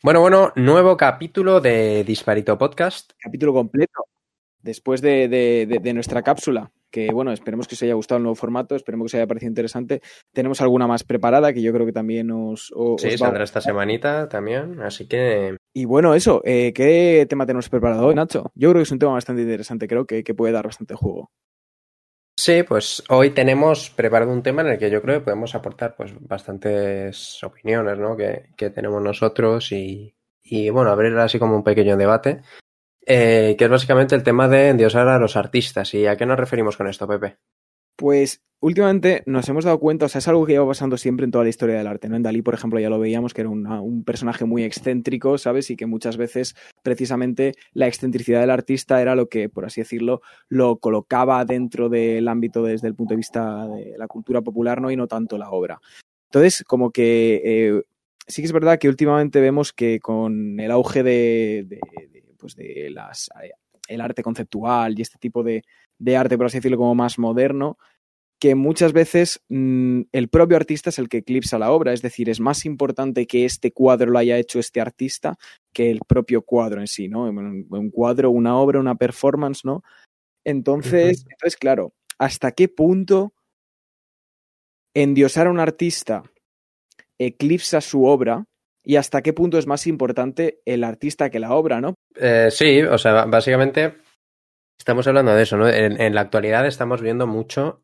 Bueno, nuevo capítulo de Disparito Podcast. Capítulo completo, después de nuestra cápsula, que bueno, esperemos que os haya gustado el nuevo formato, esperemos que os haya parecido interesante. Tenemos alguna más preparada que yo creo que también os Sí, va a saldrá gustar. esta semanita también, así que... Y bueno, eso, ¿qué tema tenemos preparado hoy, Nacho? Yo creo que es un tema bastante interesante, creo que puede dar bastante juego. Sí, pues hoy tenemos preparado un tema en el que yo creo que podemos aportar pues bastantes opiniones, ¿no? que tenemos nosotros y bueno, abrir así como un pequeño debate, que es básicamente el tema de endiosar a los artistas. ¿Y a qué nos referimos con esto, Pepe? Pues últimamente nos hemos dado cuenta, o sea, es algo que lleva pasando siempre en toda la historia del arte, ¿no? En Dalí, por ejemplo, ya lo veíamos, que era un personaje muy excéntrico, ¿sabes? Y que muchas veces, precisamente, la excentricidad del artista era lo que, por así decirlo, lo colocaba dentro del ámbito desde el punto de vista de la cultura popular, ¿no? Y no tanto la obra. Entonces, como que sí que es verdad que últimamente vemos que con el auge pues de el arte conceptual y este tipo de arte, por así decirlo, como más moderno, que muchas veces el propio artista es el que eclipsa la obra, es decir, es más importante que este cuadro lo haya hecho este artista que el propio cuadro en sí, ¿no? Un cuadro, una obra, una performance, ¿no? Entonces, claro, ¿hasta qué punto endiosar a un artista eclipsa su obra y hasta qué punto es más importante el artista que la obra, ¿no? Sí, o sea, básicamente estamos hablando de eso, ¿no? En la actualidad estamos viendo mucho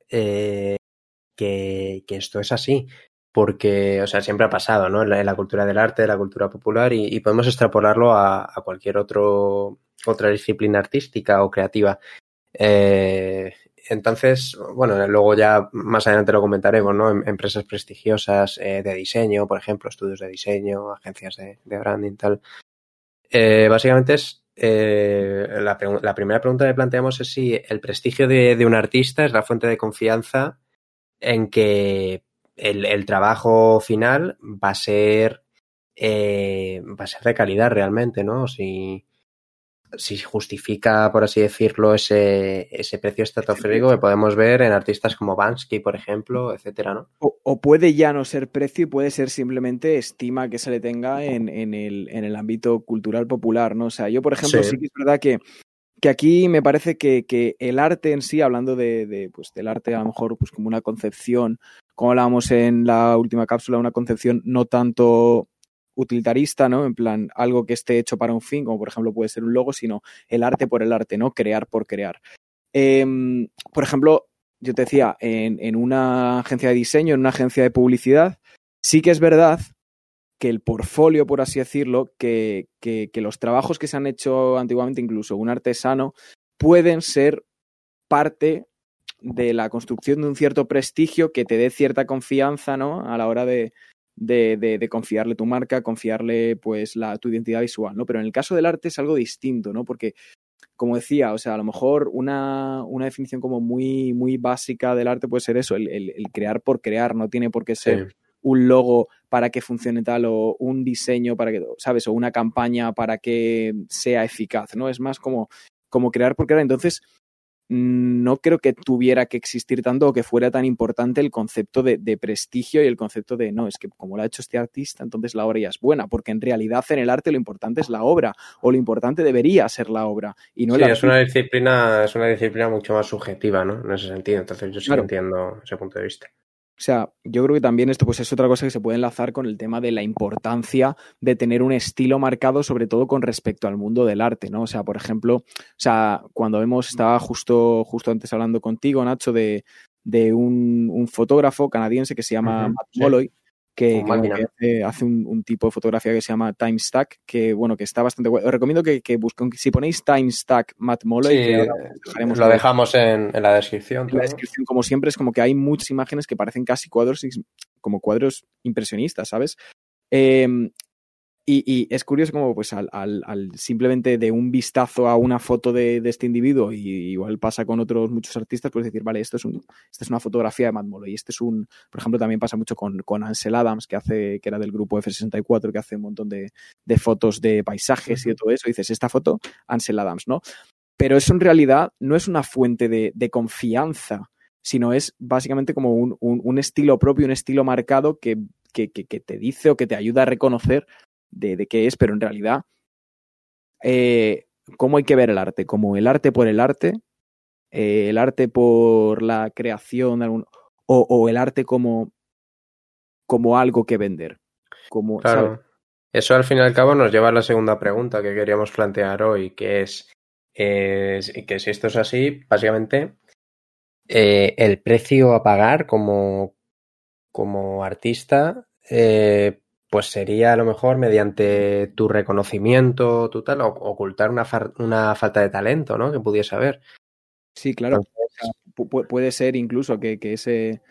que esto es así, porque, o sea, siempre ha pasado, ¿no? En la cultura del arte, de la cultura popular, y podemos extrapolarlo a cualquier otra disciplina artística o creativa. Entonces, bueno, luego ya más adelante lo comentaremos, ¿no? Empresas prestigiosas de diseño, por ejemplo, estudios de diseño, agencias de branding, tal. Básicamente es la primera pregunta que planteamos es si el prestigio de un artista es la fuente de confianza en que el trabajo final va a ser de calidad realmente, ¿no? Si justifica, por así decirlo, ese precio estratosférico que podemos ver en artistas como Banksy, por ejemplo, etcétera, ¿no? O puede ya no ser precio y puede ser simplemente estima que se le tenga en el ámbito cultural popular, ¿no? O sea, yo, por ejemplo, sí que es verdad que aquí me parece que el arte en sí, hablando pues, del arte a lo mejor pues como una concepción, como hablábamos en la última cápsula, una concepción no tanto utilitarista, ¿no? En plan, algo que esté hecho para un fin, como por ejemplo puede ser un logo, sino el arte por el arte, ¿no? Crear por crear. Por ejemplo, yo te decía, en una agencia de diseño, en una agencia de publicidad, sí que es verdad que el portfolio, por así decirlo, que los trabajos que se han hecho antiguamente, incluso un artesano, pueden ser parte de la construcción de un cierto prestigio que te dé cierta confianza, ¿no? A la hora de confiarle tu marca, confiarle pues tu identidad visual, ¿no? Pero en el caso del arte es algo distinto, ¿no? Porque, como decía, o sea, a lo mejor una definición como muy, muy básica del arte puede ser eso, el crear por crear, no tiene por qué ser un logo para que funcione tal o un diseño para que, ¿sabes? O una campaña para que sea eficaz, ¿no? Es más como crear por crear. Entonces, no creo que tuviera que existir tanto o que fuera tan importante el concepto de prestigio y el concepto de, no, es que como lo ha hecho este artista, entonces la obra ya es buena, porque en realidad en el arte lo importante es la obra, o lo importante debería ser la obra, y no Sí, el artista. es una disciplina mucho más subjetiva, ¿no? En ese sentido, entonces yo sí que Claro. entiendo ese punto de vista. O sea, yo creo que también esto pues es otra cosa que se puede enlazar con el tema de la importancia de tener un estilo marcado, sobre todo con respecto al mundo del arte, ¿no? O sea, por ejemplo, o sea, cuando estaba justo antes hablando contigo, Nacho, de un fotógrafo canadiense que se llama Matt Molloy, que hace un tipo de fotografía que se llama Time Stack, que bueno, que está bastante bueno. Os recomiendo que busquen, si ponéis Time Stack Matt Molloy, Sí, que ahora dejaremos lo dejamos en la descripción. en la descripción, como siempre, es como que hay muchas imágenes que parecen casi cuadros, como cuadros impresionistas, ¿sabes? Y es curioso como pues al simplemente de un vistazo a una foto de este individuo, y igual pasa con otros muchos artistas, puedes decir, vale, esta es una fotografía de Matt Molloy, y por ejemplo, también pasa mucho con Ansel Adams, que era del grupo F64, que hace un montón de fotos de paisajes y de todo eso, y dices, esta foto, Ansel Adams, ¿no? Pero eso en realidad no es una fuente de confianza, sino es básicamente como un estilo propio, un estilo marcado que te dice o que te ayuda a reconocer de qué es, pero en realidad, ¿cómo hay que ver el arte? ¿Como el arte por el arte? ¿El arte por la creación de o el arte como algo que vender? Como, ¿sabes? Claro. Eso al fin y al cabo nos lleva a la segunda pregunta que queríamos plantear hoy, que es que si esto es así, básicamente, el precio a pagar como artista, pues sería a lo mejor mediante tu reconocimiento, tu tal, o ocultar una falta de talento, ¿no? Que pudiese haber. Sí, claro. O sea, Entonces, puede ser incluso que ese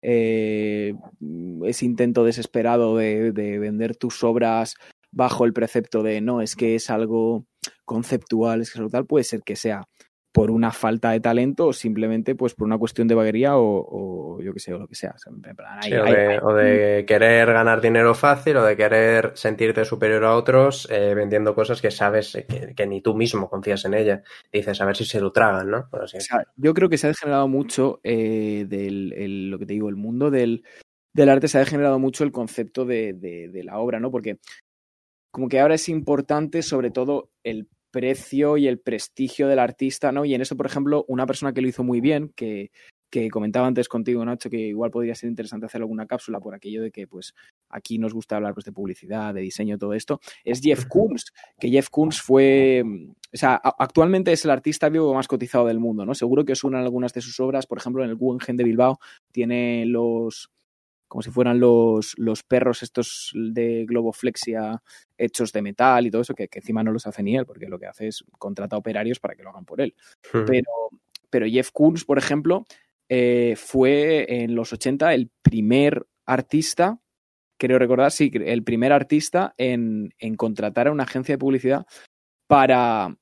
intento desesperado de vender tus obras bajo el precepto de no, es que es algo conceptual, es que es algo tal, puede ser que sea por una falta de talento o simplemente pues por una cuestión de vaguería o yo qué sé, o lo que sea. O sea, en plan, sí, o de querer ganar dinero fácil o de querer sentirte superior a otros vendiendo cosas que sabes que ni tú mismo confías en ella. Dices, a ver si se lo tragan, ¿no? Por así O sea, decirlo. yo creo que se ha degenerado mucho lo que te digo, el mundo del arte se ha degenerado mucho el concepto de la obra, ¿no? Porque como que ahora es importante sobre todo el precio y el prestigio del artista, ¿no? Y en eso, por ejemplo, una persona que lo hizo muy bien, que comentaba antes contigo, Nacho, que igual podría ser interesante hacer alguna cápsula por aquello de que, pues, aquí nos gusta hablar pues, de publicidad, de diseño, todo esto, es Jeff Koons, que Jeff Koons fue... O sea, actualmente es el artista vivo más cotizado del mundo, ¿no? Seguro que os suenan algunas de sus obras, por ejemplo, en el Guggenheim de Bilbao tiene como si fueran los perros estos de globoflexia hechos de metal y todo eso, que encima no los hace ni él, porque lo que hace es contrata operarios para que lo hagan por él. Pero Jeff Koons, por ejemplo, fue en los 80 el primer artista, creo recordar, sí, el primer artista en contratar a una agencia de publicidad para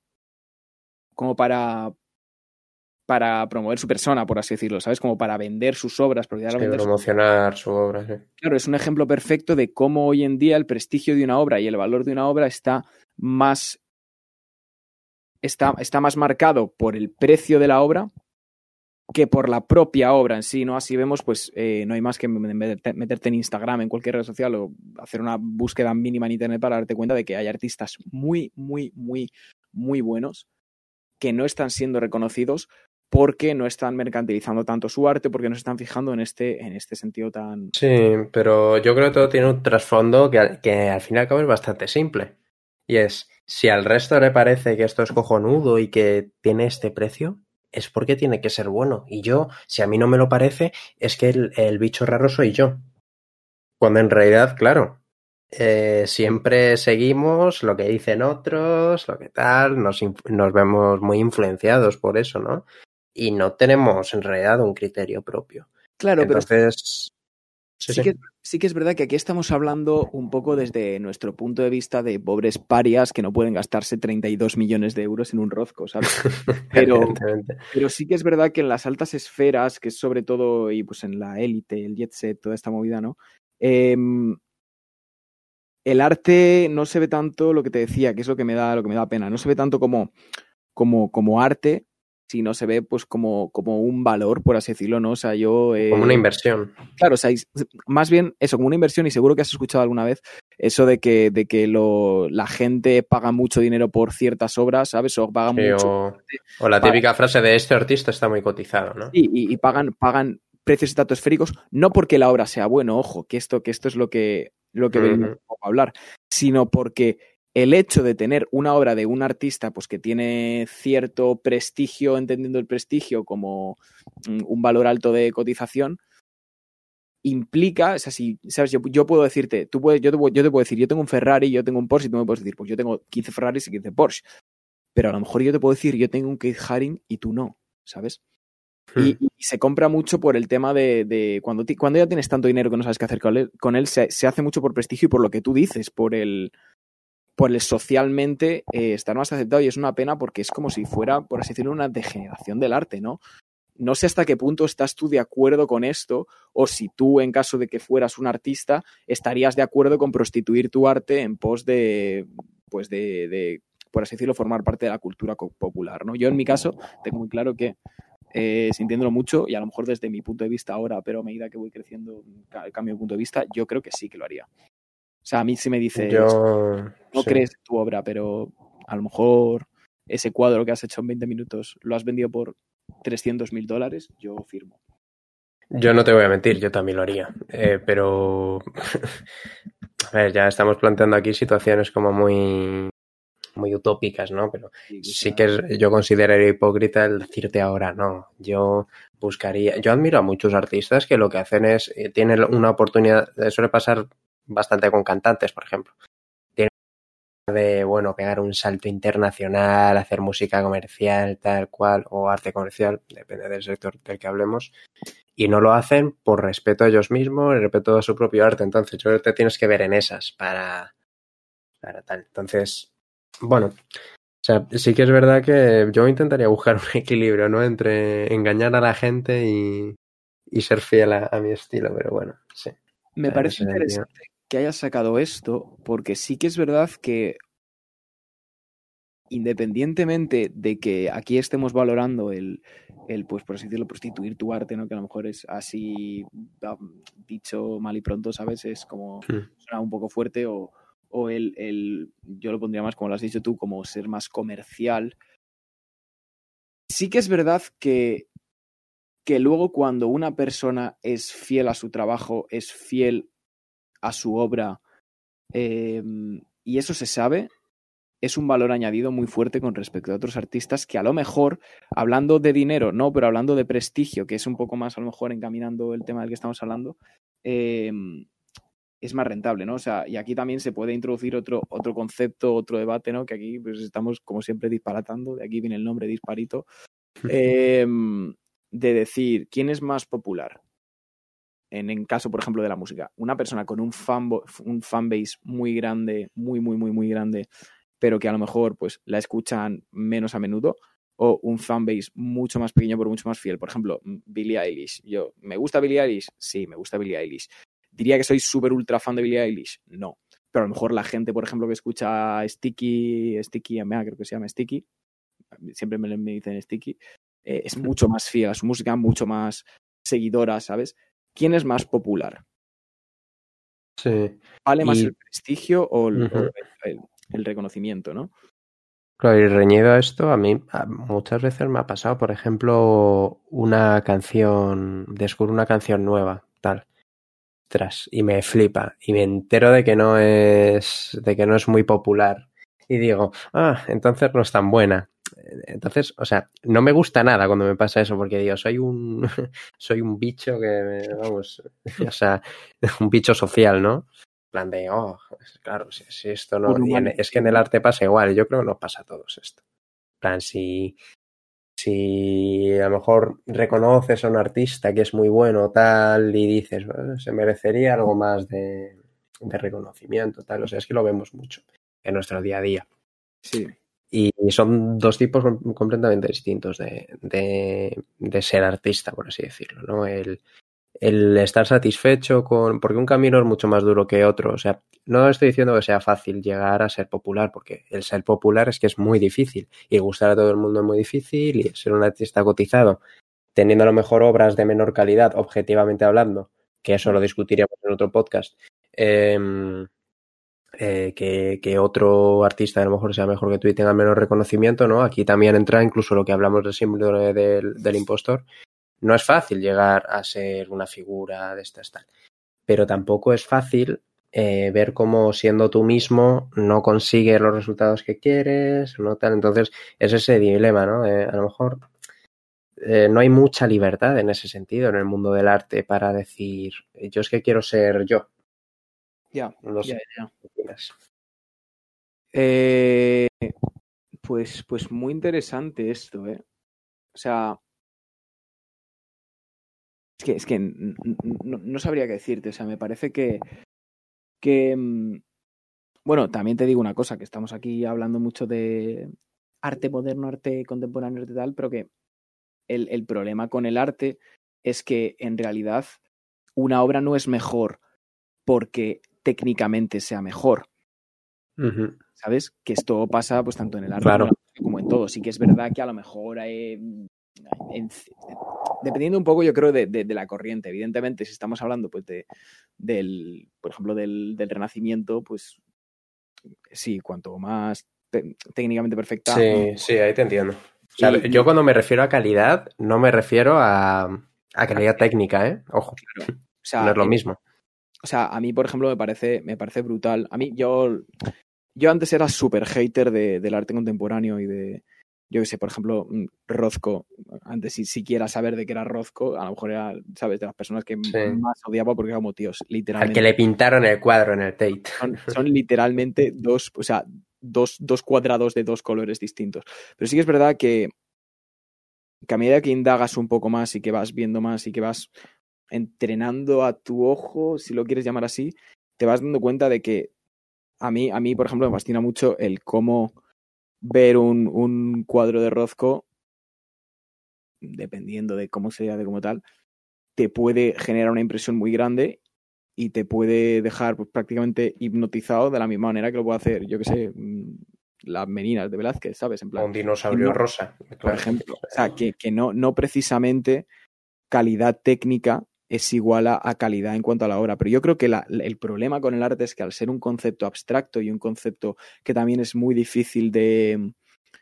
promover su persona, por así decirlo, ¿sabes? Como para vender sus obras, porque Sí, ahora vender promocionar su obra, sí. Claro, es un ejemplo perfecto de cómo hoy en día el prestigio de una obra y el valor de una obra está más marcado por el precio de la obra que por la propia obra en sí, ¿no? Así vemos, pues no hay más que meterte en Instagram, en cualquier red social o hacer una búsqueda mínima en internet para darte cuenta de que hay artistas muy, muy, muy, muy buenos que no están siendo reconocidos porque no están mercantilizando tanto su arte, porque no se están fijando en este sentido tan... Sí, pero yo creo que todo tiene un trasfondo que al fin y al cabo es bastante simple. Y es, si al resto le parece que esto es cojonudo y que tiene este precio, es porque tiene que ser bueno. Y yo, si a mí no me lo parece, es que el bicho raro soy yo. Cuando en realidad, claro, siempre seguimos lo que dicen otros, lo que tal, nos vemos muy influenciados por eso, ¿no? Y no tenemos en realidad un criterio propio. Claro, pero Entonces, sí, sí. sí que es verdad que aquí estamos hablando un poco desde nuestro punto de vista de pobres parias que no pueden gastarse 32 millones de euros en un rozco, ¿sabes? Evidentemente. Pero sí que es verdad que en las altas esferas, que es sobre todo, y pues en la élite, el jet set, toda esta movida, ¿no? El arte no se ve tanto lo que te decía, que es lo que me da pena, no se ve tanto como arte, sino se ve pues como un valor, por así decirlo, ¿no? O sea, yo... Como una inversión. Claro, o sea, más bien eso, como una inversión, y seguro que has escuchado alguna vez eso de que la gente paga mucho dinero por ciertas obras, ¿sabes? O paga Sí, mucho. o la típica frase de este artista está muy cotizado, ¿no? Y pagan precios estratosféricos, no porque la obra sea buena, ojo, que esto es lo que venimos a hablar, sino porque el hecho de tener una obra de un artista pues que tiene cierto prestigio, entendiendo el prestigio como un valor alto de cotización, implica, o sea, si, ¿sabes? Yo puedo decirte, yo te puedo decir, yo tengo un Ferrari, yo tengo un Porsche, y tú me puedes decir, pues yo tengo 15 Ferraris y 15 Porsche. Pero a lo mejor yo te puedo decir, yo tengo un Keith Haring y tú no, ¿sabes? Y se compra mucho por el tema de cuando ya tienes tanto dinero que no sabes qué hacer con él se hace mucho por prestigio y por lo que tú dices, por el socialmente estar más aceptado, y es una pena porque es como si fuera, por así decirlo, una degeneración del arte, ¿no? No sé hasta qué punto estás tú de acuerdo con esto, o si tú, en caso de que fueras un artista, estarías de acuerdo con prostituir tu arte en pos de, pues por así decirlo, formar parte de la cultura popular, ¿no? Yo, en mi caso, tengo muy claro que, sintiéndolo mucho, y a lo mejor desde mi punto de vista ahora, pero a medida que voy creciendo, cambio de punto de vista, yo creo que sí que lo haría. O sea, a mí si me dices, Yo no sí. crees en tu obra, pero a lo mejor ese cuadro que has hecho en 20 minutos lo has vendido por $300,000, yo firmo. Yo no te voy a mentir, yo también lo haría. Pero a ver, ya estamos planteando aquí situaciones como muy utópicas, ¿no? Pero sí que yo consideraría hipócrita el decirte ahora, no, yo buscaría, yo admiro a muchos artistas que lo que hacen es, tienen una oportunidad, suele pasar bastante con cantantes, por ejemplo, tienen de, bueno, pegar un salto internacional, hacer música comercial, tal cual, o arte comercial, depende del sector del que hablemos, y no lo hacen por respeto a ellos mismos, respeto a su propio arte, entonces yo creo que te tienes que ver en esas para tal, entonces, bueno, o sea, sí que es verdad que yo intentaría buscar un equilibrio, ¿no? Entre engañar a la gente y ser fiel a mi estilo, pero bueno, sí. Me En parece ese sentido. interesante que hayas sacado esto, porque sí que es verdad que independientemente de que aquí estemos valorando pues por así decirlo, prostituir tu arte, ¿no? Que a lo mejor es así dicho mal y pronto, ¿sabes? Es como suena un poco fuerte o yo lo pondría más, como lo has dicho tú, como ser más comercial. Sí que es verdad que luego cuando una persona es fiel a su trabajo, es fiel a su obra, y eso se sabe, es un valor añadido muy fuerte con respecto a otros artistas que a lo mejor, hablando de dinero, no, pero hablando de prestigio, que es un poco más a lo mejor encaminando el tema del que estamos hablando, es más rentable, ¿no? O sea, y aquí también se puede introducir otro concepto, otro debate, ¿no? Que aquí pues estamos como siempre disparatando, de aquí viene el nombre disparito, de decir, ¿quién es más popular? En caso, por ejemplo, de la música. Una persona con un fanbase muy grande, muy grande, pero que a lo mejor pues la escuchan menos a menudo, o un fanbase mucho más pequeño pero mucho más fiel. Por ejemplo, Billie Eilish. ¿Me gusta Billie Eilish? Sí, me gusta Billie Eilish. ¿Diría que soy súper ultra fan de Billie Eilish? No. Pero a lo mejor la gente, por ejemplo, que escucha Sticky, creo que se llama Sticky, siempre me dicen Sticky, es mucho más fiel a su música, mucho más seguidora, ¿sabes? ¿Quién es más popular? Sí. ¿Vale más Y, el prestigio o el reconocimiento, no? claro, y reñido a esto, a mí muchas veces me ha pasado, por ejemplo, descubro una canción nueva, tal, y me flipa, y me entero de que no es muy popular. Y digo, entonces no es tan buena. Entonces, o sea, no me gusta nada cuando me pasa eso, porque digo, soy un bicho vamos, o sea, un bicho social, ¿no? En plan de, claro, si esto no, es que en el arte pasa igual, yo creo que nos pasa a todos esto. En plan, si a lo mejor reconoces a un artista que es muy bueno tal y dices, bueno, se merecería algo más de reconocimiento, tal, o sea, es que lo vemos mucho en nuestro día a día. Sí. Y son dos tipos completamente distintos de ser artista, por así decirlo, ¿no? El estar satisfecho porque un camino es mucho más duro que otro. O sea, no estoy diciendo que sea fácil llegar a ser popular, porque el ser popular es que es muy difícil. Y gustar a todo el mundo es muy difícil. Y ser un artista cotizado, teniendo a lo mejor obras de menor calidad, objetivamente hablando, que eso lo discutiríamos en otro podcast, que otro artista a lo mejor sea mejor que tú y tenga menos reconocimiento, ¿no? Aquí también entra incluso lo que hablamos del síndrome del impostor. No es fácil llegar a ser una figura de estas tal, pero tampoco es fácil ver cómo siendo tú mismo no consigues los resultados que quieres, no tal. Entonces es ese dilema, ¿no? A lo mejor no hay mucha libertad en ese sentido en el mundo del arte para decir, yo es que quiero ser yo. Ya, No ya, sé. ya. ¿Qué opinas? Pues muy interesante esto, ¿eh? O sea, es que no sabría qué decirte. O sea, me parece que bueno, también te digo una cosa, que estamos aquí hablando mucho de arte moderno, arte contemporáneo y tal, pero que el problema con el arte es que en realidad una obra no es mejor porque técnicamente sea mejor. Uh-huh. ¿Sabes? Que esto pasa pues tanto en el arte Claro. como en todo. Sí que es verdad que a lo mejor dependiendo un poco, yo creo, de la corriente. Evidentemente, si estamos hablando pues por ejemplo, del Renacimiento, pues sí, cuanto más técnicamente perfecta. Sí, ahí te entiendo. O sea, yo cuando me refiero a calidad, no me refiero a calidad técnica, ¿eh? Ojo, claro. O sea, no es lo mismo. O sea, a mí, por ejemplo, me parece brutal. A mí, yo antes era súper hater del arte contemporáneo y yo qué sé, por ejemplo, Rothko. Antes, si siquiera saber de qué era Rothko, a lo mejor era, ¿sabes?, de las personas que más odiaba porque era como, tíos, literalmente. Al que le pintaron el cuadro en el Tate. Son literalmente dos cuadrados de dos colores distintos. Pero sí que es verdad que a medida que indagas un poco más y que vas viendo más y que vas entrenando a tu ojo, si lo quieres llamar así, te vas dando cuenta de que a mí, por ejemplo, me fascina mucho el cómo ver un cuadro de Rothko, dependiendo de cómo sea, de cómo tal, te puede generar una impresión muy grande y te puede dejar pues, prácticamente hipnotizado de la misma manera que lo puede hacer, yo que sé, las Meninas de Velázquez, ¿sabes? En plan, un dinosaurio rosa, claro. Por ejemplo. O sea, que no precisamente calidad técnica es igual a calidad en cuanto a la obra. Pero yo creo que el problema con el arte es que al ser un concepto abstracto y un concepto que también es muy difícil de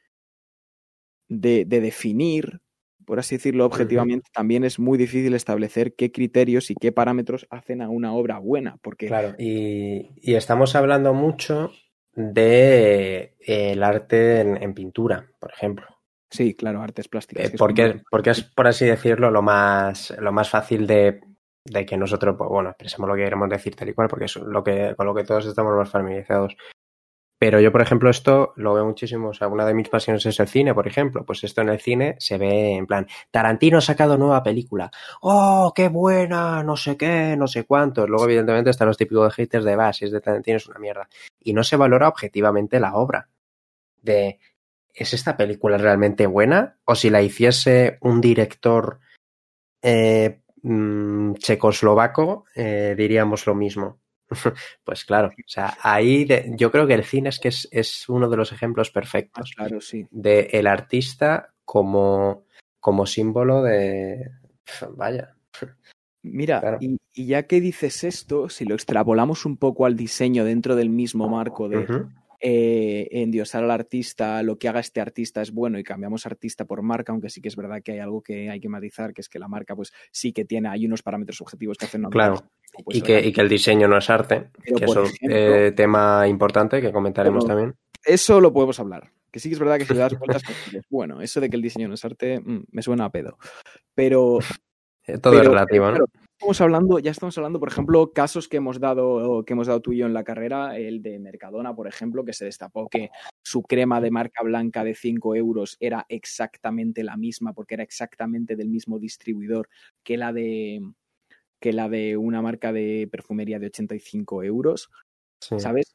definir, por así decirlo objetivamente, también es muy difícil establecer qué criterios y qué parámetros hacen a una obra buena. Porque... Claro, y estamos hablando mucho de el arte en pintura, por ejemplo. Sí, claro, artes plásticas. Porque es, por así decirlo, lo más fácil de que nosotros, pues, bueno, expresemos lo que queremos decir tal y cual, porque es con lo que todos estamos más familiarizados. Pero yo, por ejemplo, esto lo veo muchísimo. O sea, una de mis pasiones es el cine, por ejemplo. Pues esto en el cine se ve en plan, Tarantino ha sacado nueva película. ¡Oh, qué buena! No sé qué, no sé cuántos. Luego, evidentemente, están los típicos haters de, si es de Tarantino es una mierda. Y no se valora objetivamente la obra. ¿Es esta película realmente buena? O si la hiciese un director checoslovaco, diríamos lo mismo. Pues claro, o sea, ahí yo creo que el cine es uno de los ejemplos perfectos claro, sí. de el artista como símbolo de... Vaya. Mira, claro. y ya que dices esto, si lo extrapolamos un poco al diseño dentro del mismo marco de endiosar al artista, lo que haga este artista es bueno y cambiamos artista por marca, aunque sí que es verdad que hay algo que hay que matizar, que es que la marca pues sí que hay unos parámetros objetivos que hacen una claro. marca. Pues, y que el diseño no es arte, pero que es un tema importante que comentaremos también. Eso lo podemos hablar. Que sí que es verdad que si le das vueltas, pues, bueno, eso de que el diseño no es arte me suena a pedo. Pero todo es relativo, claro, ¿no? Ya estamos hablando, por ejemplo, casos que hemos dado tú y yo en la carrera, el de Mercadona, por ejemplo, que se destapó que su crema de marca blanca de 5 euros era exactamente la misma, porque era exactamente del mismo distribuidor que la de una marca de perfumería de 85 euros, sí. ¿Sabes?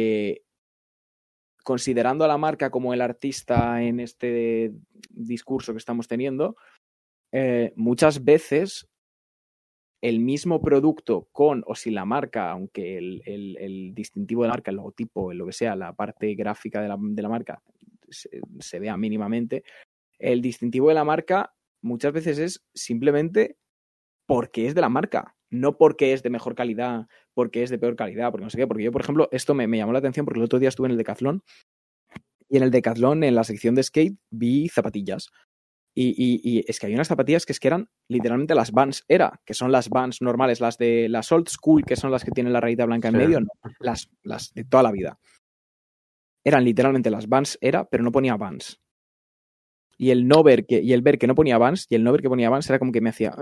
Considerando a la marca como el artista en este discurso que estamos teniendo, muchas veces el mismo producto con o sin la marca, aunque el distintivo de la marca, el logotipo, lo que sea, la parte gráfica de la marca se vea mínimamente, el distintivo de la marca muchas veces es simplemente porque es de la marca, no porque es de mejor calidad, porque es de peor calidad, porque no sé qué. Porque yo, por ejemplo, esto me llamó la atención porque el otro día estuve en el Decathlon y en el Decathlon, en la sección de skate, vi zapatillas. Y es que hay unas zapatillas que eran literalmente las Vans Era, que son las Vans normales, las de las Old School, que son las que tienen la rayita blanca en medio, no, las de toda la vida. Eran literalmente las Vans Era, pero no ponía Vans. Y el ver que no ponía Vans, y el no ver que ponía Vans era como que me hacía...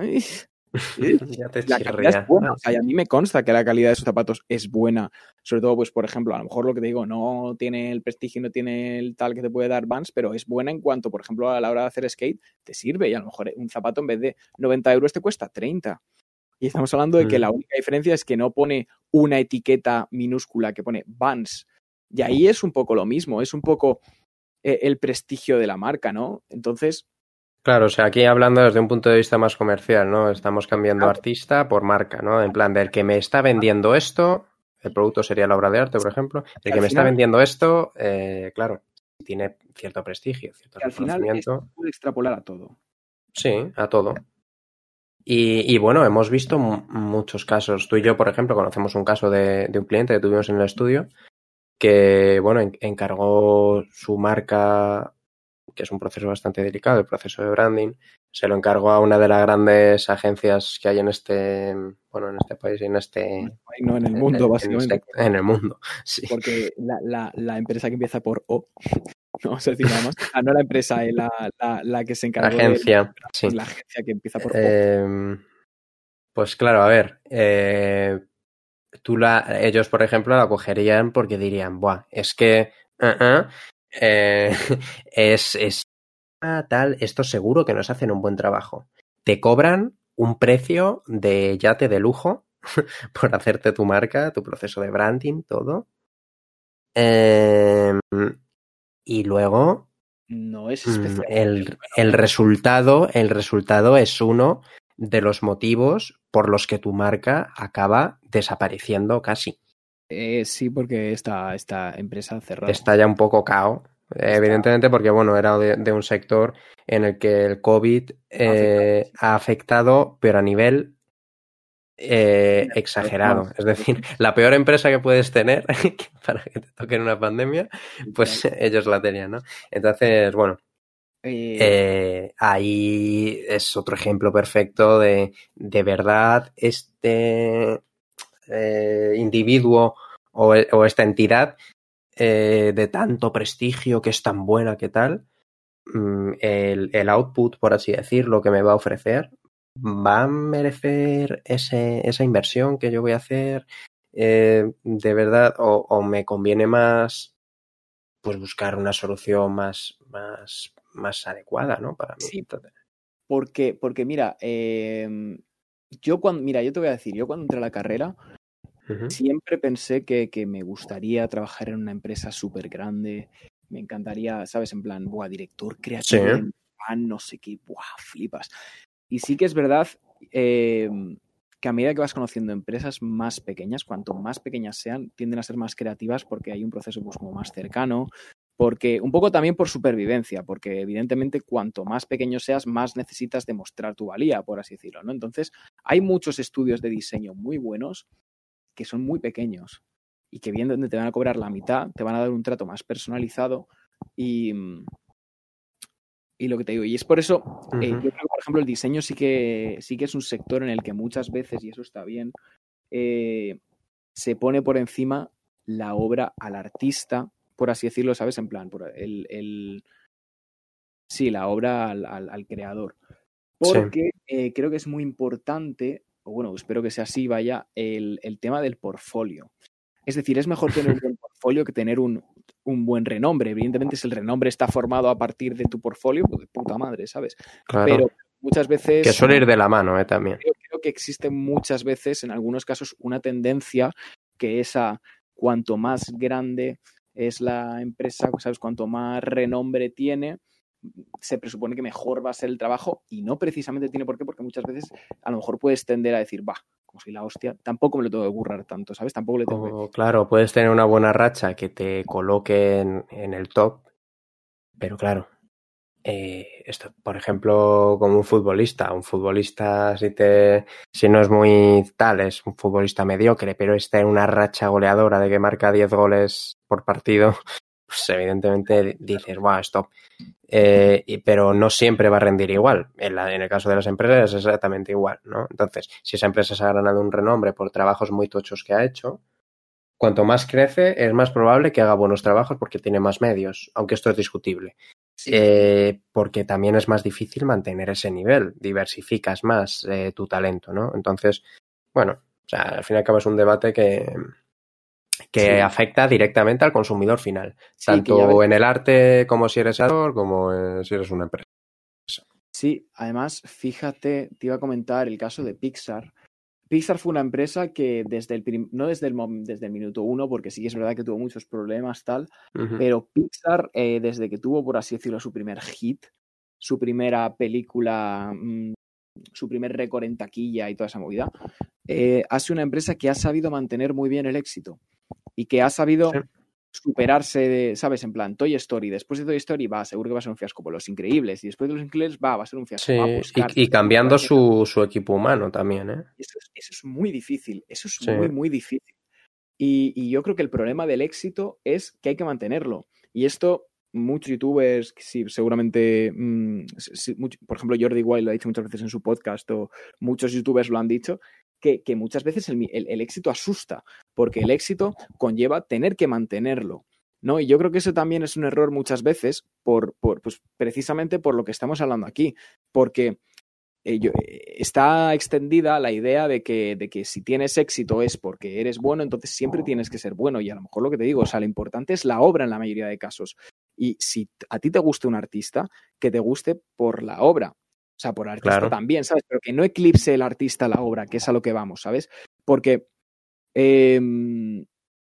Ya te la calidad es buena. O sea, y a mí me consta que la calidad de esos zapatos es buena. Sobre todo, pues, por ejemplo, a lo mejor lo que te digo, no tiene el prestigio, no tiene el tal que te puede dar Vans, pero es buena en cuanto, por ejemplo, a la hora de hacer skate, te sirve. Y a lo mejor un zapato en vez de 90 euros te cuesta 30. Y estamos hablando de que la única diferencia es que no pone una etiqueta minúscula que pone Vans. Y ahí es un poco lo mismo, es un poco el prestigio de la marca, ¿no? Entonces... Claro, o sea, aquí hablando desde un punto de vista más comercial, ¿no? Estamos cambiando artista por marca, ¿no? En plan, del que me está vendiendo esto, el producto sería la obra de arte, por ejemplo, el que me está vendiendo esto, claro, tiene cierto prestigio, cierto reconocimiento. Al final puede extrapolar a todo. Sí, a todo. Y bueno, hemos visto muchos casos. Tú y yo, por ejemplo, conocemos un caso de un cliente que tuvimos en el estudio que, bueno, encargó su marca, que es un proceso bastante delicado, el proceso de branding, se lo encargó a una de las grandes agencias que hay en este país y No, en el mundo, básicamente. en el mundo, sí. Porque la empresa que empieza por O, no vamos a decir nada más. No la empresa, la que se encargó agencia, sí. la agencia que empieza por O. Pues claro, a ver, ellos, por ejemplo, la cogerían porque dirían, buah, es que es tal, esto seguro que nos hacen un buen trabajo. Te cobran un precio de yate de lujo por hacerte tu marca, tu proceso de branding, todo. Y luego no es especial. el resultado es uno de los motivos por los que tu marca acaba desapareciendo casi. Sí, porque esta empresa cerró. Está ya un poco cao. Evidentemente porque, bueno, era de un sector en el que el COVID ha afectado, pero a nivel exagerado. Es decir, la peor empresa que puedes tener para que te toque en una pandemia, pues ellos la tenían, ¿no? Entonces, bueno, ahí es otro ejemplo perfecto de verdad este individuo o esta entidad de tanto prestigio, que es tan buena, que tal, el output, por así decirlo, que me va a ofrecer, va a merecer esa inversión que yo voy a hacer de verdad, o me conviene más pues buscar una solución más adecuada, ¿no? Para mí. Sí, porque mira, yo te voy a decir, yo cuando entré a la carrera, siempre pensé que me gustaría trabajar en una empresa súper grande. Me encantaría, ¿sabes? En plan, buah, director creativo, sí. no sé qué, buah, flipas. Y sí que es verdad que a medida que vas conociendo empresas más pequeñas, cuanto más pequeñas sean, tienden a ser más creativas porque hay un proceso pues como más cercano, porque un poco también por supervivencia, porque evidentemente cuanto más pequeño seas, más necesitas demostrar tu valía, por así decirlo, ¿no? Entonces, hay muchos estudios de diseño muy buenos que son muy pequeños y que bien donde te van a cobrar la mitad, te van a dar un trato más personalizado y lo que te digo, y es por eso, yo creo que, por ejemplo, el diseño sí que es un sector en el que muchas veces, y eso está bien, se pone por encima la obra al artista, por así decirlo, ¿sabes? En plan, sí, la obra al creador. Porque creo que es muy importante, o bueno, espero que sea así, vaya, el tema del portfolio. Es decir, es mejor tener un buen portfolio que tener un buen renombre. Evidentemente, si el renombre está formado a partir de tu portfolio, pues de puta madre, ¿sabes? Claro. Pero muchas veces... Que suele ir de la mano, también. Creo que existe muchas veces, en algunos casos, una tendencia que es a cuanto más grande es la empresa, ¿sabes? Cuanto más renombre tiene, se presupone que mejor va a ser el trabajo y no precisamente tiene por qué, porque muchas veces a lo mejor puedes tender a decir, como soy la hostia, tampoco me lo tengo que currar tanto, ¿sabes? Tampoco le tengo que... Claro, puedes tener una buena racha que te coloque en el top, pero claro, esto, por ejemplo, como un futbolista si no es muy tal, es un futbolista mediocre, pero está en una racha goleadora de que marca 10 goles por partido, pues evidentemente dices, wow, stop. Pero no siempre va a rendir igual. En el caso de las empresas es exactamente igual, ¿no? Entonces, si esa empresa se ha ganado un renombre por trabajos muy tochos que ha hecho, cuanto más crece, es más probable que haga buenos trabajos porque tiene más medios, aunque esto es discutible. Sí. Porque también es más difícil mantener ese nivel, diversificas más tu talento, ¿no? Entonces, bueno, o sea, al fin y al cabo es un debate que afecta directamente al consumidor final, tanto en el arte como si eres creador, como si eres una empresa. Sí, además, fíjate, te iba a comentar el caso de Pixar. Pixar fue una empresa que no desde el minuto uno, porque sí que es verdad que tuvo muchos problemas, tal, pero Pixar, desde que tuvo, por así decirlo, su primer hit, su primera película, su primer récord en taquilla y toda esa movida, ha sido una empresa que ha sabido mantener muy bien el éxito y que ha sabido superarse, ¿sabes? En plan, Toy Story, después de Toy Story seguro que va a ser un fiasco por Los Increíbles, y después de Los Increíbles va a ser un fiasco. Sí, Va a buscar. y cambiando su equipo humano también, ¿eh? Eso es muy difícil, eso es Sí. muy, muy difícil. Y yo creo que el problema del éxito es que hay que mantenerlo. Y esto, muchos youtubers, sí, seguramente, por ejemplo, Jordi Wild lo ha dicho muchas veces en su podcast, o muchos youtubers lo han dicho, que muchas veces el éxito asusta, porque el éxito conlleva tener que mantenerlo, ¿no? Y yo creo que eso también es un error muchas veces, pues precisamente por lo que estamos hablando aquí, porque está extendida la idea de que si tienes éxito es porque eres bueno, entonces siempre tienes que ser bueno. Y a lo mejor lo que te digo, o sea, lo importante es la obra en la mayoría de casos. Y si a ti te gusta un artista, que te guste por la obra. O sea, por el artista también, ¿sabes? Pero que no eclipse el artista la obra, que es a lo que vamos, ¿sabes? Porque me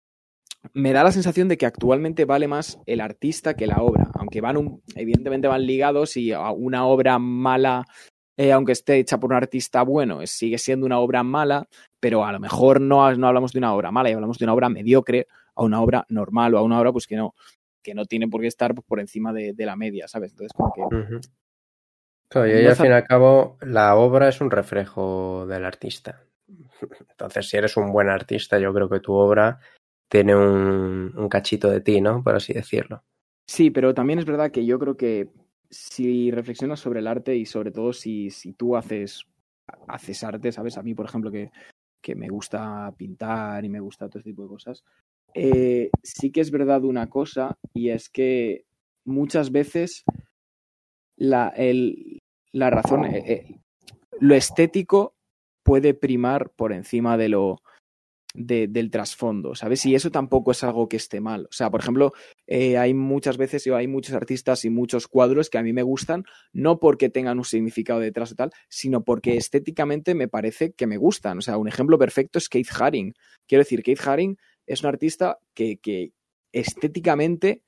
da la sensación de que actualmente vale más el artista que la obra. Aunque evidentemente van ligados, y a una obra mala, aunque esté hecha por un artista bueno, sigue siendo una obra mala, pero a lo mejor no hablamos de una obra mala, y hablamos de una obra mediocre, a una obra normal, o a una obra pues que no tiene por qué estar por encima de la media, ¿sabes? Entonces, como que... Claro, y al fin y al cabo, la obra es un reflejo del artista. Entonces, si eres un buen artista, yo creo que tu obra tiene un cachito de ti, ¿no? Por así decirlo. Sí, pero también es verdad que yo creo que si reflexionas sobre el arte, y sobre todo si tú haces arte, ¿sabes? A mí, por ejemplo, que me gusta pintar y me gusta todo este tipo de cosas, sí que es verdad una cosa, y es que muchas veces la razón, lo estético puede primar por encima de del trasfondo, ¿sabes? Y eso tampoco es algo que esté mal. O sea, por ejemplo, hay muchas veces, hay muchos artistas y muchos cuadros que a mí me gustan, no porque tengan un significado detrás o tal, sino porque estéticamente me parece que me gustan. O sea, un ejemplo perfecto es Keith Haring. Quiero decir, Keith Haring es un artista que estéticamente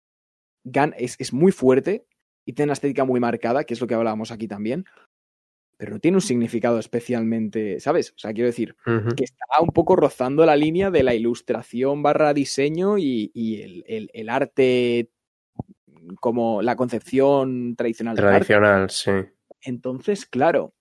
es muy fuerte y tiene una estética muy marcada, que es lo que hablábamos aquí también, pero no tiene un significado especialmente, ¿sabes? O sea, quiero decir, que está un poco rozando la línea de la ilustración / diseño y el arte como la concepción tradicional del arte. Tradicional, sí. Entonces, claro,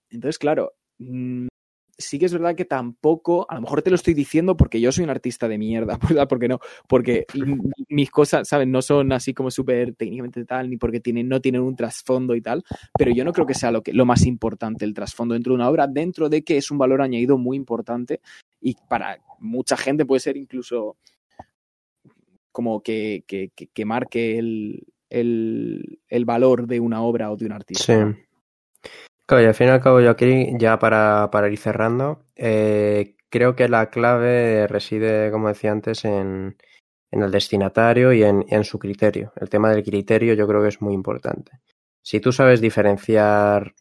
sí que es verdad que tampoco, a lo mejor te lo estoy diciendo porque yo soy un artista de mierda, ¿verdad? Porque no, porque mis cosas, ¿sabes? No son así como súper técnicamente tal, ni porque no tienen un trasfondo y tal, pero yo no creo que sea lo más importante el trasfondo dentro de una obra, dentro de que es un valor añadido muy importante, y para mucha gente puede ser incluso como que marque el valor de una obra o de un artista. Sí. ¿No? Claro, y al fin y al cabo yo aquí, ya para ir cerrando, creo que la clave reside, como decía antes, en el destinatario y en su criterio. El tema del criterio yo creo que es muy importante. Si tú sabes diferenciar,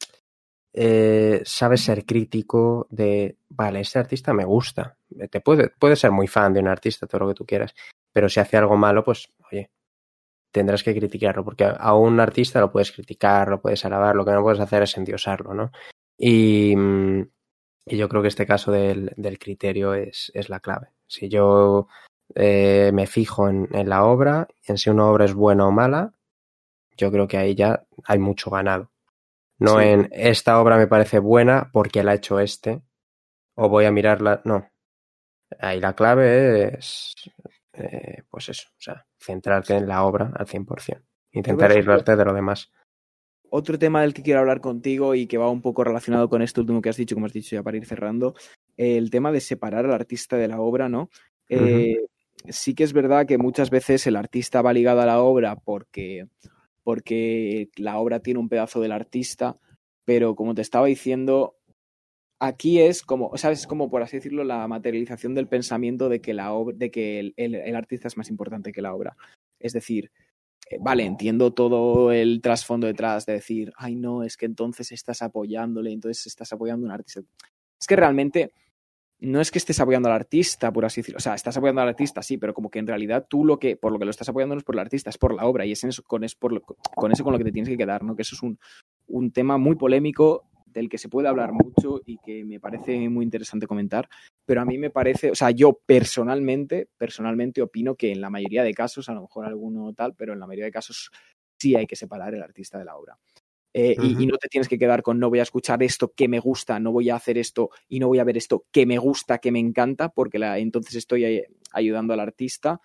sabes ser crítico de, vale, este artista me gusta, puedes ser muy fan de un artista, todo lo que tú quieras, pero si hace algo malo, pues, oye, tendrás que criticarlo, porque a un artista lo puedes criticar, lo puedes alabar, lo que no puedes hacer es endiosarlo, ¿no? Y yo creo que este caso del criterio es la clave. Si yo me fijo en la obra, en si una obra es buena o mala, yo creo que ahí ya hay mucho ganado. No sí. En esta obra me parece buena porque la ha hecho o voy a mirarla, no. Ahí la clave es, pues eso, o sea, centrarte en la obra al 100%. Intentar aislarte de lo demás. Otro tema del que quiero hablar contigo y que va un poco relacionado con esto último que has dicho, como has dicho ya para ir cerrando, el tema de separar al artista de la obra, ¿no? Sí que es verdad que muchas veces el artista va ligado a la obra porque la obra tiene un pedazo del artista, pero como te estaba diciendo, aquí es como, ¿sabes? Como, por así decirlo, la materialización del pensamiento de que el artista es más importante que la obra. Es decir, vale, entiendo todo el trasfondo detrás de decir, ay no, es que entonces estás apoyándole, entonces estás apoyando a un artista. Es que realmente no es que estés apoyando al artista, por así decirlo. O sea, estás apoyando al artista, sí, pero como que en realidad tú por lo que lo estás apoyando no es por el artista, es por la obra, y es con eso con lo que te tienes que quedar, ¿no? Que eso es un tema muy polémico del que se puede hablar mucho y que me parece muy interesante comentar, pero a mí me parece, o sea, yo personalmente opino que en la mayoría de casos, a lo mejor alguno tal, pero en la mayoría de casos sí hay que separar el artista de la obra. Y no te tienes que quedar con no voy a escuchar esto que me gusta, no voy a hacer esto y no voy a ver esto que me gusta, que me encanta, porque entonces estoy ayudando al artista.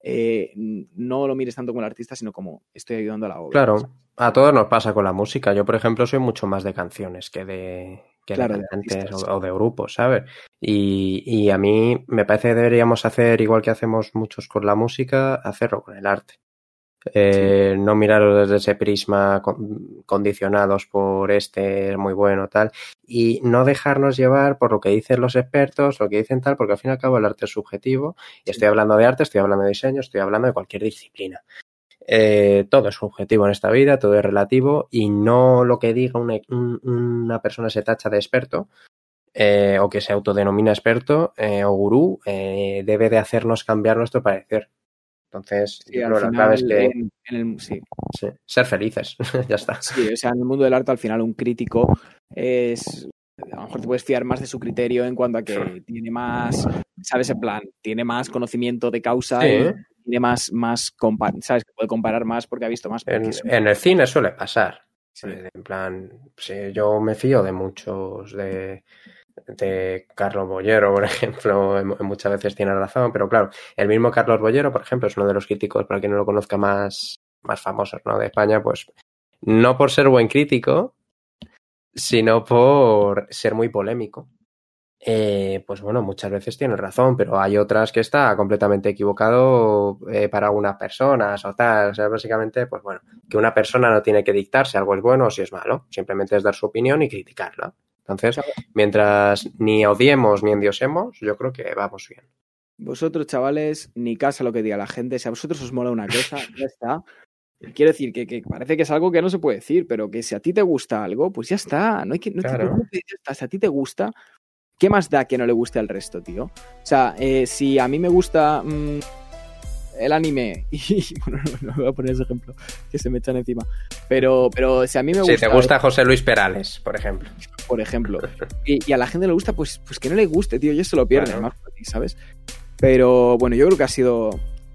No lo mires tanto como el artista, sino como estoy ayudando a la obra. Claro, a todos nos pasa con la música. Yo, por ejemplo, soy mucho más de canciones que de cantantes o de grupos, ¿sabes? Y a mí me parece que deberíamos hacer, igual que hacemos muchos con la música, hacerlo con el arte. No mirarlo desde ese prisma condicionados por es muy bueno, tal, y no dejarnos llevar por lo que dicen los expertos, lo que dicen tal, porque al fin y al cabo el arte es subjetivo, y estoy hablando de arte, estoy hablando de diseño, estoy hablando de cualquier disciplina. Todo es subjetivo en esta vida, todo es relativo, y no lo que diga una persona se tacha de experto, o que se autodenomina experto o gurú, debe de hacernos cambiar nuestro parecer. Entonces, sí, yo creo que la clave es que ser felices, ya está. Sí, o sea, en el mundo del arte al final un crítico es, a lo mejor te puedes fiar más de su criterio en cuanto a que tiene más, ¿sabes? En plan, tiene más conocimiento de causa, sí. Y tiene más ¿sabes? Que puede comparar más porque ha visto más. En el cine suele pasar. Sí. En plan, sí, yo me fío de muchos, de Carlos Bollero, por ejemplo, muchas veces tiene razón, pero claro, el mismo Carlos Bollero, por ejemplo, es uno de los críticos, para quien no lo conozca, más famosos, ¿no? De España, pues no por ser buen crítico, sino por ser muy polémico. Pues bueno, muchas veces tiene razón, pero hay otras que está completamente equivocado para algunas personas o tal. O sea, básicamente, pues bueno, que una persona no tiene que dictar si algo es bueno o si es malo, simplemente es dar su opinión y criticarla. Entonces, mientras ni odiemos ni endiosemos, yo creo que vamos bien. Vosotros, chavales, ni caso a lo que diga la gente. Si a vosotros os mola una cosa, ya está. Quiero decir que parece que es algo que no se puede decir, pero que si a ti te gusta algo, pues ya está. No hay que, claro. Si a ti te gusta, ¿qué más da que no le guste al resto, tío? O sea, si a mí me gusta el anime, y bueno, no voy a poner ese ejemplo, que se me echan encima, pero si a mí me gusta... Si te gusta José Luis Perales, por ejemplo. Por ejemplo. Y a la gente le gusta, pues que no le guste, tío, yo se lo pierdo, claro. Más para ti, ¿sabes? Pero bueno, yo creo que ha sido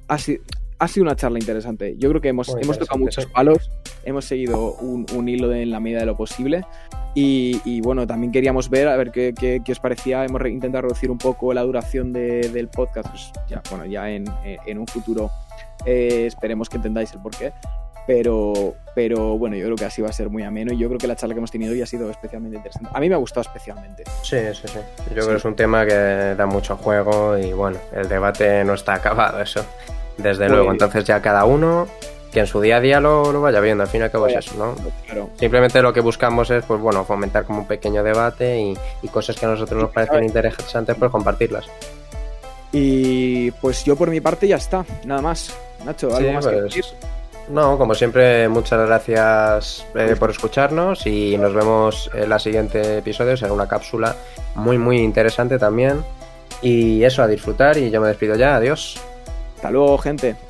una charla interesante. Yo creo que hemos tocado muchos palos, hemos seguido un hilo en la medida de lo posible y bueno, también queríamos ver a ver qué os parecía. Hemos intentado reducir un poco la duración del podcast, pues ya en un futuro esperemos que entendáis el porqué. Pero bueno, yo creo que así va a ser muy ameno y yo creo que la charla que hemos tenido hoy ha sido especialmente interesante. A mí me ha gustado especialmente. Sí. Yo creo que es un tema que da mucho juego y bueno, el debate no está acabado, eso. Desde luego, entonces ya cada uno que en su día a día lo vaya viendo, al fin y al cabo es eso, ¿no? Claro. Simplemente lo que buscamos es, pues bueno, fomentar como un pequeño debate y cosas que a nosotros nos parecen interesantes, pues compartirlas. Y pues yo por mi parte ya está, nada más. Nacho, ¿algo más que decir? No, como siempre, muchas gracias por escucharnos y nos vemos en el siguiente episodio, será una cápsula muy muy interesante también y eso, a disfrutar y yo me despido ya, adiós. Hasta luego, gente.